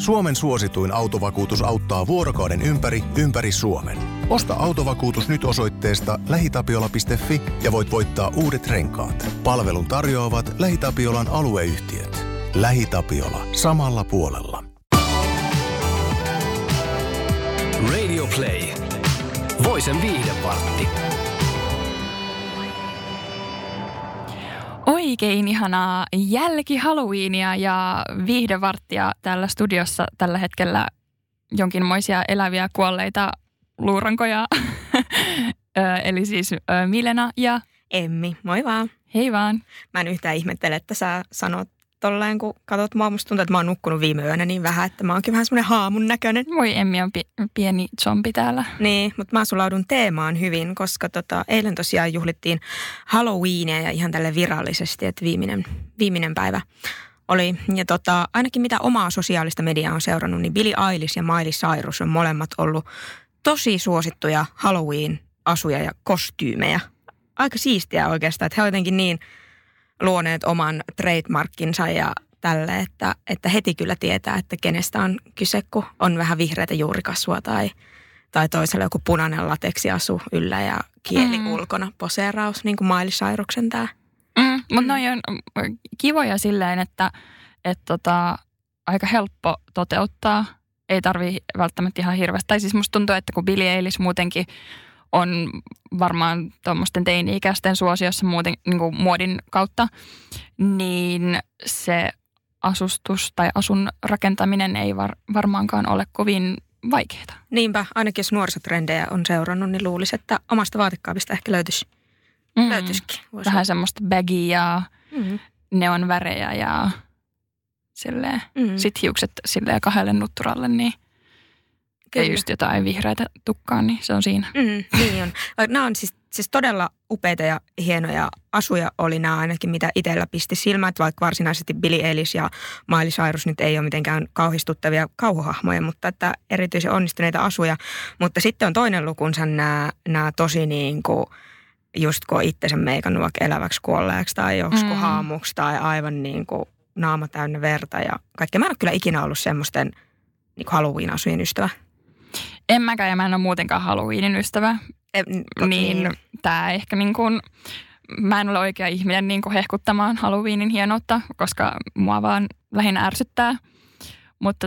Suomen suosituin autovakuutus auttaa vuorokauden ympäri Suomen. Osta autovakuutus nyt osoitteesta lähitapiola.fi ja voit voittaa uudet renkaat. Palvelun tarjoavat LähiTapiolan alueyhtiöt. LähiTapiola. Samalla puolella. Radio Play. Voisen viihdevartti. Oikein ihanaa jälki-Halloweenia ja viihdevarttia täällä studiossa tällä hetkellä jonkinmoisia eläviä kuolleita luurankoja. Eli siis Milena ja Emmi, moi vaan. Hei vaan. Mä en yhtään ihmettele, että sä sanot tolleen, kun katsot mua. Musta tuntuu, että mä oon nukkunut viime yönä niin vähän, että mä oonkin vähän semmoinen haamun näköinen. Voi, Emmi on pieni zombi täällä. Niin, mutta mä sulaudun teemaan hyvin, koska eilen tosiaan juhlittiin Halloweenia ja ihan tälle virallisesti, että viimeinen päivä oli. Ja ainakin mitä omaa sosiaalista mediaa on seurannut, niin Billie Eilish ja Miley Cyrus on molemmat ollut tosi suosittuja Halloween-asuja ja kostyymejä. Aika siistiä oikeastaan, että he on jotenkin niin luoneet oman trademarkkinsa ja tälle, että heti kyllä tietää, että kenestä on kyse, kun on vähän vihreätä juurikasvua tai toisella joku punainen lateksiasu yllä ja kieli ulkona poseeraus, niin kuin Miley Cyruksen tämä. Mutta noi on kivoja silleen, että aika helppo toteuttaa. Ei tarvii välttämättä ihan hirveästi. Tai siis musta tuntuu, että kun Billie Eilish muutenkin on varmaan tuommoisten teini-ikäisten suosiossa muuten niin kuin muodin kautta, niin se asustus tai asun rakentaminen ei varmaankaan ole kovin vaikeaa. Niinpä, ainakin jos nuorisotrendejä on seurannut, niin luulisi, että omasta vaatekaapista ehkä löytyisikin. Vähän semmoista baggia ja neonvärejä ja silleen. Sitten hiukset silleen kahdelle nutturalle, niin kyllä. Ja just jotain vihreätä tukkaan, niin se on siinä. Niin on. Nämä on siis todella upeita ja hienoja asuja oli nämä ainakin, mitä itsellä pisti silmät, vaikka varsinaisesti Billie Eilish ja Miley Cyrus nyt ei ole mitenkään kauhistuttavia kauhuhahmoja, mutta että erityisen onnistuneita asuja. Mutta sitten on toinen lukunsa nämä tosi niin kuin, just kun itsensä meikannut vaikka eläväksi kuolleeksi tai joskus haamuksi tai aivan niin kuin naama täynnä verta ja kaikkea. Mä en ole kyllä ikinä ollut semmoisten niin kuin Halloween-asujen ystävä. En mäkään ja mä en ole muutenkaan Halloweenin ystävä. Niin tää ehkä niin kuin, mä en ole oikea ihminen niin kuin hehkuttamaan Halloweenin hienoutta, koska mua vaan lähinnä ärsyttää. Mutta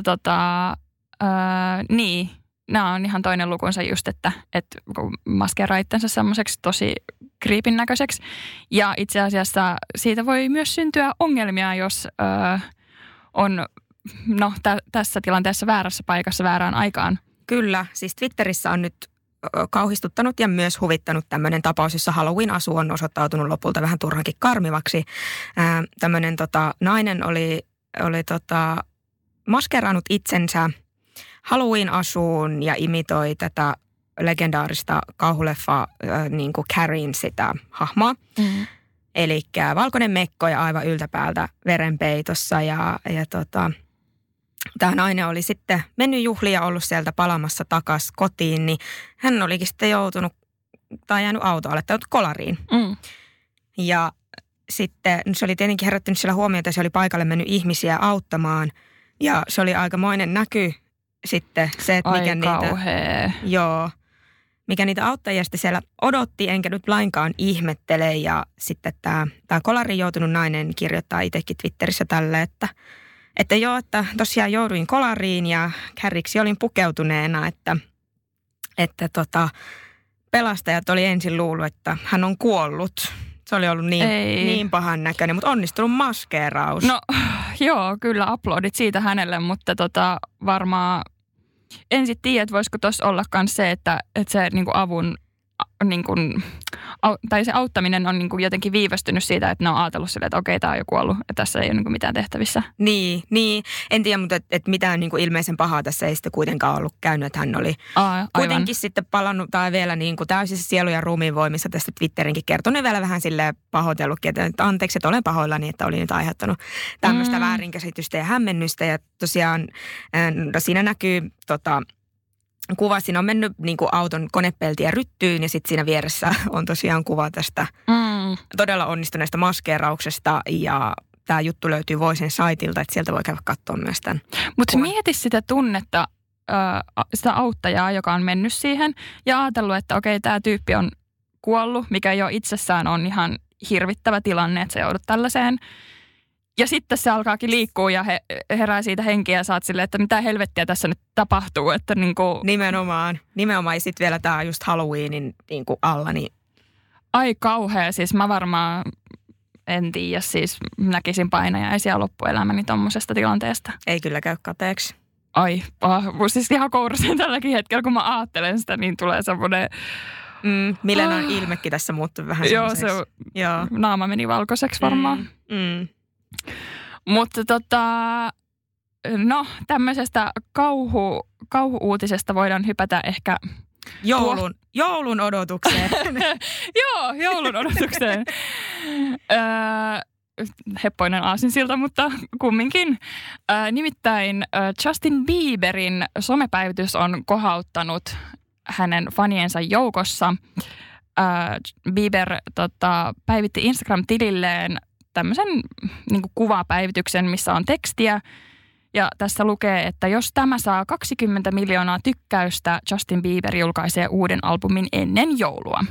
niin, nämä on ihan toinen lukunsa just, että kun maskeraa itsensä semmoiseksi tosi creepin näköiseksi. Ja itse asiassa siitä voi myös syntyä ongelmia, jos on tässä tilanteessa väärässä paikassa väärään aikaan. Kyllä, siis Twitterissä on nyt kauhistuttanut ja myös huvittanut tämmöinen tapaus, jossa Halloween-asu on osoittautunut lopulta vähän turhankin karmivaksi. Tämmöinen nainen oli maskeerannut itsensä Halloween-asuun ja imitoi tätä legendaarista kauhuleffa niin kuin Carrien sitä hahmoa. Eli valkoinen mekko ja aivan yltäpäältä verenpeitossa ja tämä nainen oli sitten mennyt juhliin ja ollut sieltä palaamassa takaisin kotiin, niin hän olikin sitten joutunut tai jäänyt autoalle tai kolariin. Ja sitten se oli tietenkin herättänyt siellä huomiota, se oli paikalle mennyt ihmisiä auttamaan ja se oli aikamoinen näky sitten se, että mikä niitä auttajia sitten siellä odotti, enkä nyt lainkaan ihmettele. Ja sitten tämä kolariin joutunut nainen kirjoittaa itsekin Twitterissä tälle, että tosiaan jouduin kolariin ja kärriksi olin pukeutuneena, että pelastajat oli ensin luullut, että hän on kuollut. Se oli ollut niin pahan näköinen, mutta onnistunut maskeeraus. No joo, kyllä aplodit siitä hänelle, mutta varmaan en sitten tiedä, että voisiko tuossa olla myös se, että se niinku avun tai se auttaminen on niinku jotenkin viivästynyt siitä, että ne on ajatellut silleen, että okei, tämä on jo kuollut ja tässä ei ole niinku mitään tehtävissä. Niin. En tiedä, mutta että mitään niinku ilmeisen pahaa tässä ei sitten kuitenkaan ollut käynyt, että hän oli kuitenkin sitten palannut tai vielä niinku täysissä sielu- ja ruumiin voimissa tästä Twitterinkin kertonut vielä vähän silleen pahoitellutkin, että anteeksi, että olen pahoillani, että olin nyt aiheuttanut tämmöistä väärinkäsitystä ja hämmennystä ja tosiaan siinä näkyy kuva, siinä on mennyt niin kuin auton konepeltiä ryttyyn ja sitten siinä vieressä on tosiaan kuva tästä todella onnistuneesta maskeerauksesta ja tämä juttu löytyy Voicen saitilta, että sieltä voi käydä katsoa myös tämän. Mutta mieti sitä tunnetta, sitä auttajaa, joka on mennyt siihen ja ajatellut, että okei, tämä tyyppi on kuollut, mikä jo itsessään on ihan hirvittävä tilanne, että sä joudut tällaiseen. Ja sitten se alkaakin liikkua ja herää siitä henkiä ja saat silleen, että mitä helvettiä tässä nyt tapahtuu. Että niinku... Nimenomaan. Ja sitten vielä tämä just Halloweenin niinku alla. Niin... Ai kauhea. Siis mä varmaan en tiedä. Siis näkisin painajaisia loppuelämäni tommosesta tilanteesta. Ei kyllä käy kateeksi. Ai, siis ihan kourasin tälläkin hetkellä, kun mä ajattelen sitä, niin tulee semmoinen... Milenan ilmekin tässä muuttui vähän semmoiseksi. Joo, naama meni valkoiseksi varmaan. Mutta tämmöisestä kauhu-uutisesta voidaan hypätä ehkä... Joulun odotukseen. Joo, joulun odotukseen. Heppoinen aasinsilta, mutta kumminkin. Nimittäin Justin Bieberin somepäivitys on kohauttanut hänen faniensa joukossa. Bieber päivitti Instagram-tililleen tämmöisen niin kuin kuvapäivityksen, missä on tekstiä. Ja tässä lukee, että jos tämä saa 20 miljoonaa tykkäystä, Justin Bieber julkaisee uuden albumin ennen joulua.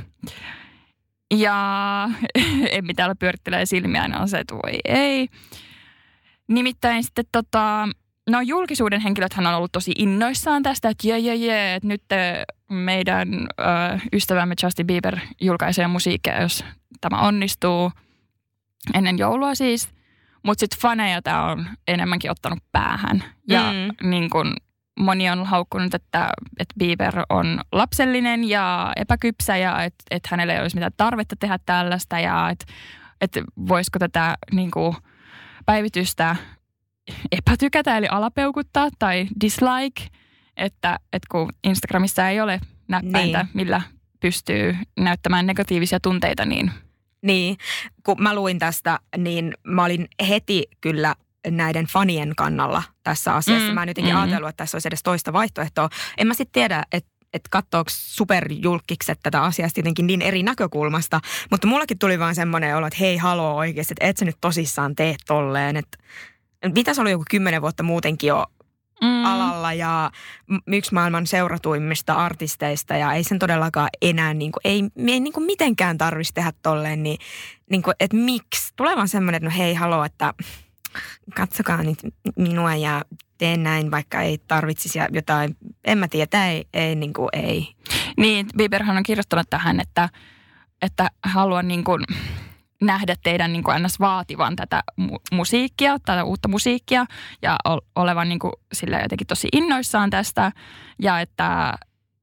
Ja Emmi täällä pyörittelee silmiään, on se, että voi ei. Nimittäin sitten julkisuuden henkilöthän on ollut tosi innoissaan tästä, että että nyt meidän ystävämme Justin Bieber julkaisee musiikkia, jos tämä onnistuu ennen joulua siis. Mutta sitten faneja tämä on enemmänkin ottanut päähän. Ja niin kun moni on haukkunut, että Bieber on lapsellinen ja epäkypsä ja että hänellä ei olisi mitään tarvetta tehdä tällaista. Ja että voisiko tätä niin kun päivitystä epätykätä eli alapeukuttaa tai dislike. Että kun Instagramissa ei ole näppäintä, millä pystyy näyttämään negatiivisia tunteita, niin... Niin, kun mä luin tästä, niin mä olin heti kyllä näiden fanien kannalla tässä asiassa. Mä en jotenkin ajatellut, että tässä olisi edes toista vaihtoehtoa. En mä sitten tiedä, että katsoako superjulkikset tätä asiaa jotenkin niin eri näkökulmasta. Mutta mullakin tuli vaan semmoinen olo, että hei haloo oikeasti, että et sä nyt tosissaan tee tolleen. Että mitäs oli joku 10 vuotta muutenkin jo alalla ja yksi maailman seuratuimmista artisteista ja ei sen todellakaan enää, niin kuin, ei niin kuin mitenkään tarvitsisi tehdä tolleen, niin kuin, että miksi? Tulee vaan semmoinen, että no hei haloo, että katsokaa nyt minua ja teen näin, vaikka ei tarvitsisi ja jotain, en mä tiedä, tämä ei niin kuin ei. Niin, Bieberhan on kirjoittanut tähän, että haluan niin kuin nähdä teidän niin kuin ns. Vaativan tätä musiikkia, tätä uutta musiikkia ja olevan niin kuin sillä jotenkin tosi innoissaan tästä ja että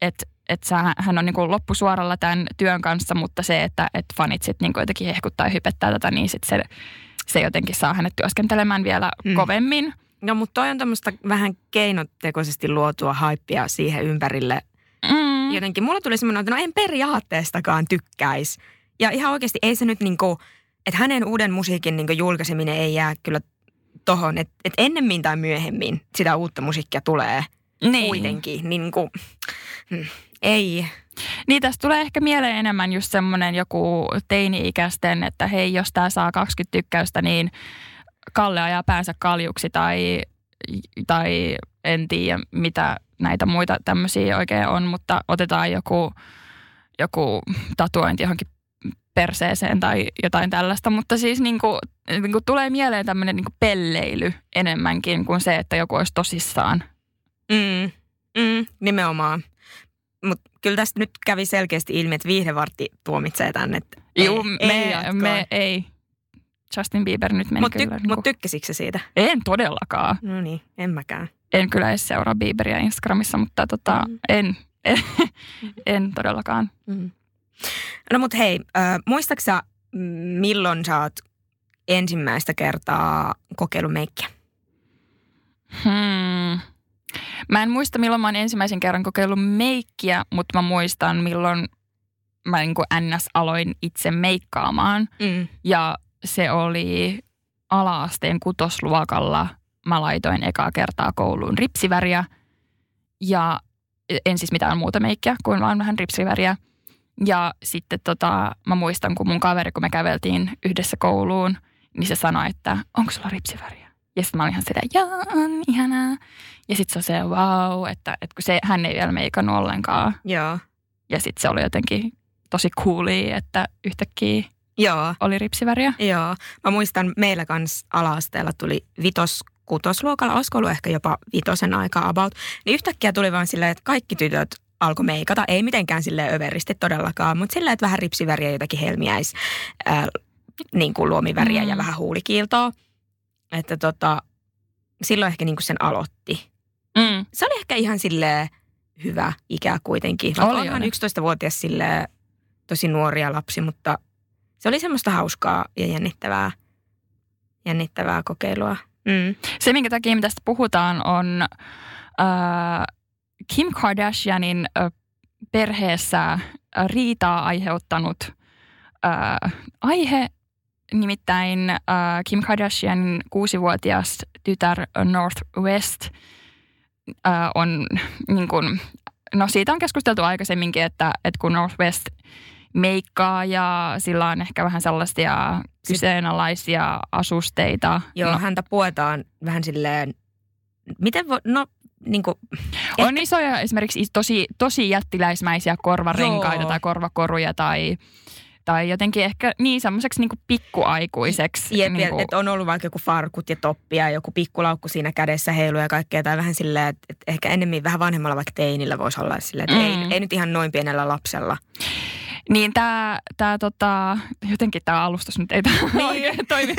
hän on niin kuin loppusuoralla tämän työn kanssa, mutta se, että fanit sitten niin kuin jotenkin hehkuttaa ja hypettää tätä, niin sitten se jotenkin saa hänet työskentelemään vielä kovemmin. No, mutta toi on tämmöistä vähän keinotekoisesti luotua haippia siihen ympärille. Jotenkin mulla tuli semmoinen, että no en periaatteestakaan tykkäisi. Ja ihan oikeasti ei se nyt niinku, että hänen uuden musiikin niinku julkaiseminen ei jää kyllä tohon, että ennemmin tai myöhemmin sitä uutta musiikkia tulee kuitenkin. Niinku, ei. Niin tästä tulee ehkä mieleen enemmän just semmoinen joku teini-ikäisten, että hei, jos tää saa 20 tykkäystä, niin Kalle ajaa päänsä kaljuksi tai en tiedä mitä näitä muita tämmöisiä oikein on, mutta otetaan joku tatuointi johonkin perseeseen tai jotain tällaista, mutta siis niinku tulee mieleen tämmöinen niinku pelleily enemmänkin kuin se, että joku olisi tosissaan. Nimenomaan. Mutta kyllä tästä nyt kävi selkeästi ilmi, että Viihdevartti tuomitsee tänne. Joo, me ei. Justin Bieber nyt meni kyllä. Mutta tykkäsitkö se siitä? En todellakaan. No niin, en mäkään. En kyllä edes seuraa Bieberia Instagramissa, mutta en todellakaan. No mut hei, muistatko sä, milloin sä oot ensimmäistä kertaa kokeillut meikkiä? Mä en muista, milloin mä oon ensimmäisen kerran kokeillut meikkiä, mutta mä muistan, milloin mä niin kuin NS aloin itse meikkaamaan. Ja se oli ala-asteen 6. luokalla. Mä laitoin ekaa kertaa kouluun ripsiväriä ja en siis mitään muuta meikkiä kuin vaan vähän ripsiväriä. Ja sitten mä muistan, kun mun kaveri, kun me käveltiin yhdessä kouluun niin se sanoi, että onko sulla ripsiväriä? Ja sitten mä olin ihan sitä, on ihanaa. Ja sitten se on wow, että kun hän ei vielä meikannut ollenkaan. Joo. Ja sitten se oli jotenkin tosi coolia, että yhtäkkiä oli ripsiväriä. Joo. Mä muistan, meillä kanssa ala-asteella tuli 5-6-luokalla, olisiko ollut ehkä jopa 5 aikaa about. Niin yhtäkkiä tuli vaan silleen, että kaikki tytöt alkoi meikata. Ei mitenkään silleen överisti todellakaan, mutta silleen, että vähän ripsiväriä, jotakin helmiäis, niin kuin luomiväriä ja vähän huulikiiltoa. Että silloin ehkä niin kuin sen aloitti. Se oli ehkä ihan silleen hyvä ikä kuitenkin. Vaikka onhan 11-vuotias silleen tosi nuoria lapsi, mutta se oli semmoista hauskaa ja jännittävää kokeilua. Se, minkä takia tästä puhutaan, on Kim Kardashianin perheessä riitaa aiheuttanut aihe. Nimittäin Kim Kardashianin 6-vuotias tytär North West on niin kuin, no siitä on keskusteltu aikaisemminkin, että kun North West meikkaa ja sillä on ehkä vähän sellaisia kyseenalaisia asusteita. Joo, häntä puetaan vähän silleen, miten voi, niin kuin, on isoja esimerkiksi tosi jättiläismäisiä korvarenkaita tai korvakoruja tai jotenkin ehkä niin semmoiseksi niinku pikkuaikuiseksi. Jep, niinku. Että on ollut vaikka joku farkut ja toppi ja joku pikkulaukku siinä kädessä heilu ja kaikkea. Tai vähän silleen, että ehkä enemmän vähän vanhemmalla vaikka teinillä voisi olla silleen, että ei nyt ihan noin pienellä lapsella. Niin jotenkin tämä alustus nyt ei oikein toimi.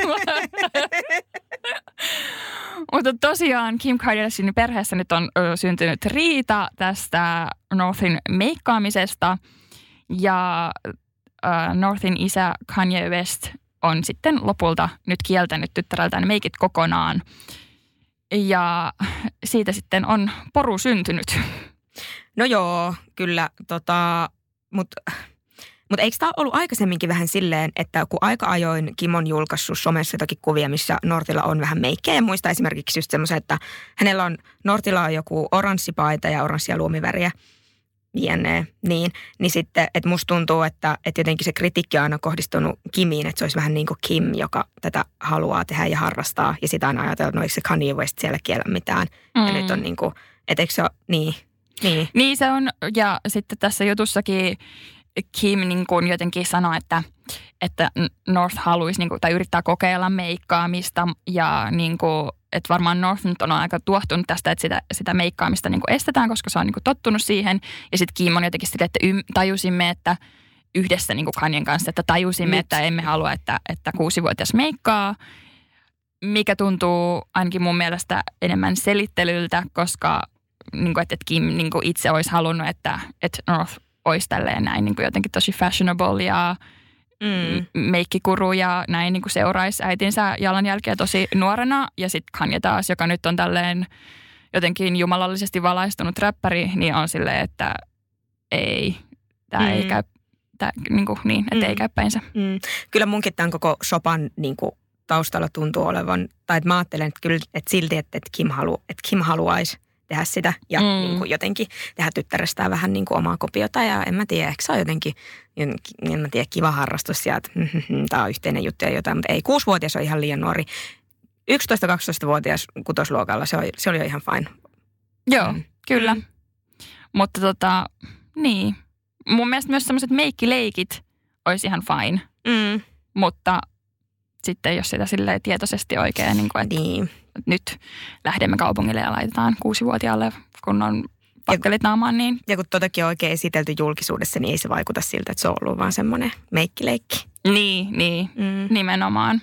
Mutta tosiaan Kim Kardashianin perheessä nyt on syntynyt riita tästä Northin meikkaamisesta ja Northin isä Kanye West on sitten lopulta nyt kieltänyt tyttäreltään meikit kokonaan. Ja siitä sitten on poru syntynyt. No joo, kyllä. Mutta eikö tämä ollut aikaisemminkin vähän silleen, että kun aika ajoin Kim on julkaissut somessa jotakin kuvia, missä Northilla on vähän meikkejä. Ja muista esimerkiksi just semmoisen, että Northilla on joku oranssipaita ja oranssia luomiväriä. Jne. Niin sitten, että musta tuntuu, että jotenkin se kritiikki on aina kohdistunut Kimiin, että se olisi vähän niin kuin Kim, joka tätä haluaa tehdä ja harrastaa. Ja sitä aina ajatellut, että no eikö se Kanye West siellä kiellä mitään. Ja nyt on niin kuin, että eikö se ole, niin. Niin se on, ja sitten tässä jutussakin Kim niin kuin jotenkin sanoi, että North haluaisi niin kuin, tai yrittää kokeilla meikkaamista ja niin kuin, että varmaan North nyt on aika tuohtunut tästä, että sitä meikkaamista niin kuin estetään, koska se on niin kuin tottunut siihen. Ja sitten Kim on jotenkin sille, että tajusimme, että yhdessä niin kuin Kanyen kanssa, että tajusimme, että emme halua, että 6-vuotias meikkaa, mikä tuntuu ainakin mun mielestä enemmän selittelyltä, koska niin kuin, että Kim niin kuin itse olisi halunnut, että North olisi tälleen näin niin kuin jotenkin tosi fashionable ja meikkikuru ja näin niin kuin seuraisi äitinsä jalanjälkeä tosi nuorena. Ja sitten Kanye taas, joka nyt on tälleen jotenkin jumalallisesti valaistunut räppäri, niin on silleen, että ei, tämä ei käy, että ei käy päinsä. Kyllä munkin tämän koko sopan niin kuin taustalla tuntuu olevan, tai että mä ajattelen, että kyllä, että silti, että Kim haluaisi tehdä sitä ja niin kuin jotenkin tehdä tyttärestään vähän niin kuin omaa kopiota. Ja en mä tiedä, ehkä se on jotenkin kiva harrastus ja tämä on yhteinen juttu ja jotain, mutta ei, 6-vuotias on ihan liian nuori. 11-12-vuotias kutosluokalla se oli jo ihan fine. Joo, kyllä. Mutta niin. Mun mielestä myös sellaiset meikkileikit olisi ihan fine. Mutta sitten jos sitä silleen tietoisesti oikein, niin kuin, että nyt lähdemme kaupungille ja laitetaan 6-vuotiaalle, kun on pakkelit naamaan. Niin. Ja kun totakin on oikein esitelty julkisuudessa, niin ei se vaikuta siltä, että se on ollut vaan semmoinen meikkileikki. Niin, nimenomaan.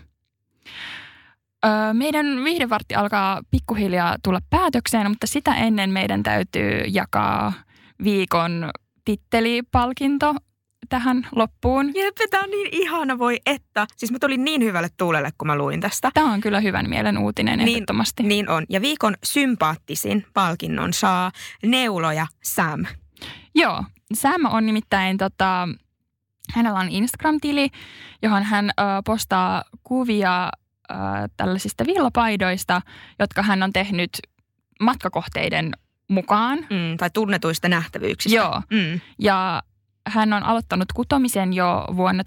Meidän viihdevartti alkaa pikkuhiljaa tulla päätökseen, mutta sitä ennen meidän täytyy jakaa viikon tittelipalkinto tähän loppuun. Jep, tämä on niin ihana, voi että. Siis mä tulin niin hyvälle tuulelle, kun mä luin tästä. Tämä on kyllä hyvän mielen uutinen ehdottomasti. Niin on. Ja viikon sympaattisin palkinnon saa neuloja Sam. Joo, Sam on nimittäin, hänellä on Instagram-tili, johon hän postaa kuvia tällaisista villapaidoista, jotka hän on tehnyt matkakohteiden mukaan. Tai tunnetuista nähtävyyksistä. Joo, ja hän on aloittanut kutomisen jo vuonna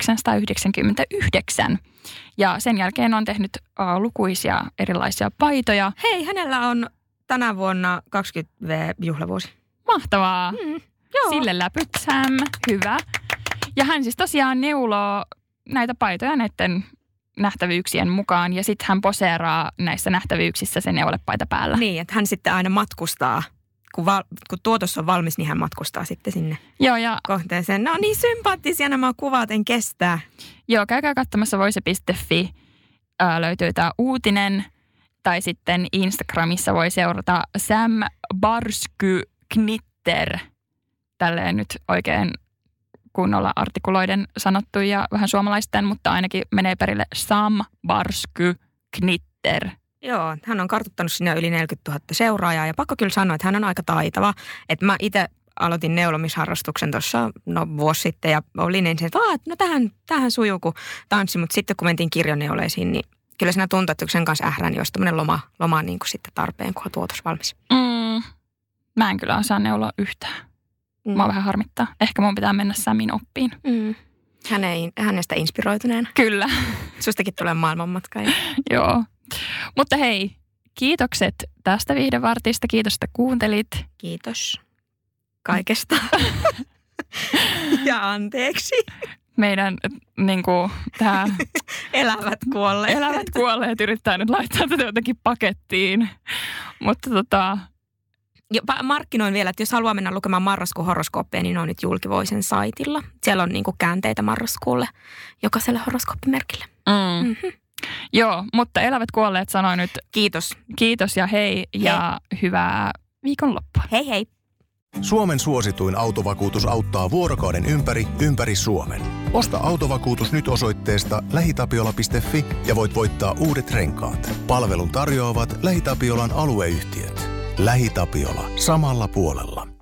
1999 ja sen jälkeen on tehnyt lukuisia erilaisia paitoja. Hei, hänellä on tänä vuonna 20V-juhlavuosi. Mahtavaa. Joo. Sille läpytsääm. Hyvä. Ja hän siis tosiaan neuloo näitä paitoja näiden nähtävyyksien mukaan ja sitten hän poseeraa näissä nähtävyyksissä se neulepaita päällä. Niin, että hän sitten aina matkustaa. Kun tuotos on valmis, niin hän matkustaa sitten sinne kohteeseen. No niin sympaattisia nämä kuvat, en kestää. Joo, käykää katsomassa voise.fi. Löytyy tämä uutinen. Tai sitten Instagramissa voi seurata Sam Barsky-Knitter. Tälleen nyt oikein kunnolla artikuloiden sanottu ja vähän suomalaisten, mutta ainakin menee perille Sam Barsky-Knitter. Joo, hän on kartuttanut sinne yli 40 000 seuraajaa ja pakko kyllä sanoa, että hän on aika taitava. Että mä itse aloitin neulomisharrastuksen tuossa vuosi sitten ja olin ensin, että tähän sujuu kun tanssi, mutta sitten kun mentiin kirjoneuleisiin, niin kyllä siinä tuntui, että sen kanssa niin olisi tämmöinen loma niin kuin sitten tarpeen, kunhan tuotos valmis. Mä en kyllä osaa neuloa yhtään. Mua vähän harmittaa. Ehkä mun pitää mennä Samin oppiin. Hänestä inspiroituneena. Kyllä. Sustakin tulee maailmanmatka. Joo. Mutta hei, kiitokset tästä viihdevartista. Kiitos, että kuuntelit. Kiitos kaikesta. Ja anteeksi. Meidän tää elävät kuolleet yrittää nyt laittaa tätä jotenkin pakettiin. Mutta markkinoin vielä, että jos haluaa mennä lukemaan marraskuun horoskooppeja, niin ne on nyt Julkivoisen saitilla. Siellä on käänteitä marraskuulle jokaiselle horoskooppimerkille. Joo, mutta elävät kuolleet sanoi nyt kiitos ja hei ja hyvää viikonloppua. Hei hei. Suomen suosituin autovakuutus auttaa vuorokauden ympäri Suomen. Osta autovakuutus nyt osoitteesta lähitapiola.fi ja voit voittaa uudet renkaat. Palvelun tarjoavat LähiTapiolan alueyhtiöt. LähiTapiola. Samalla puolella.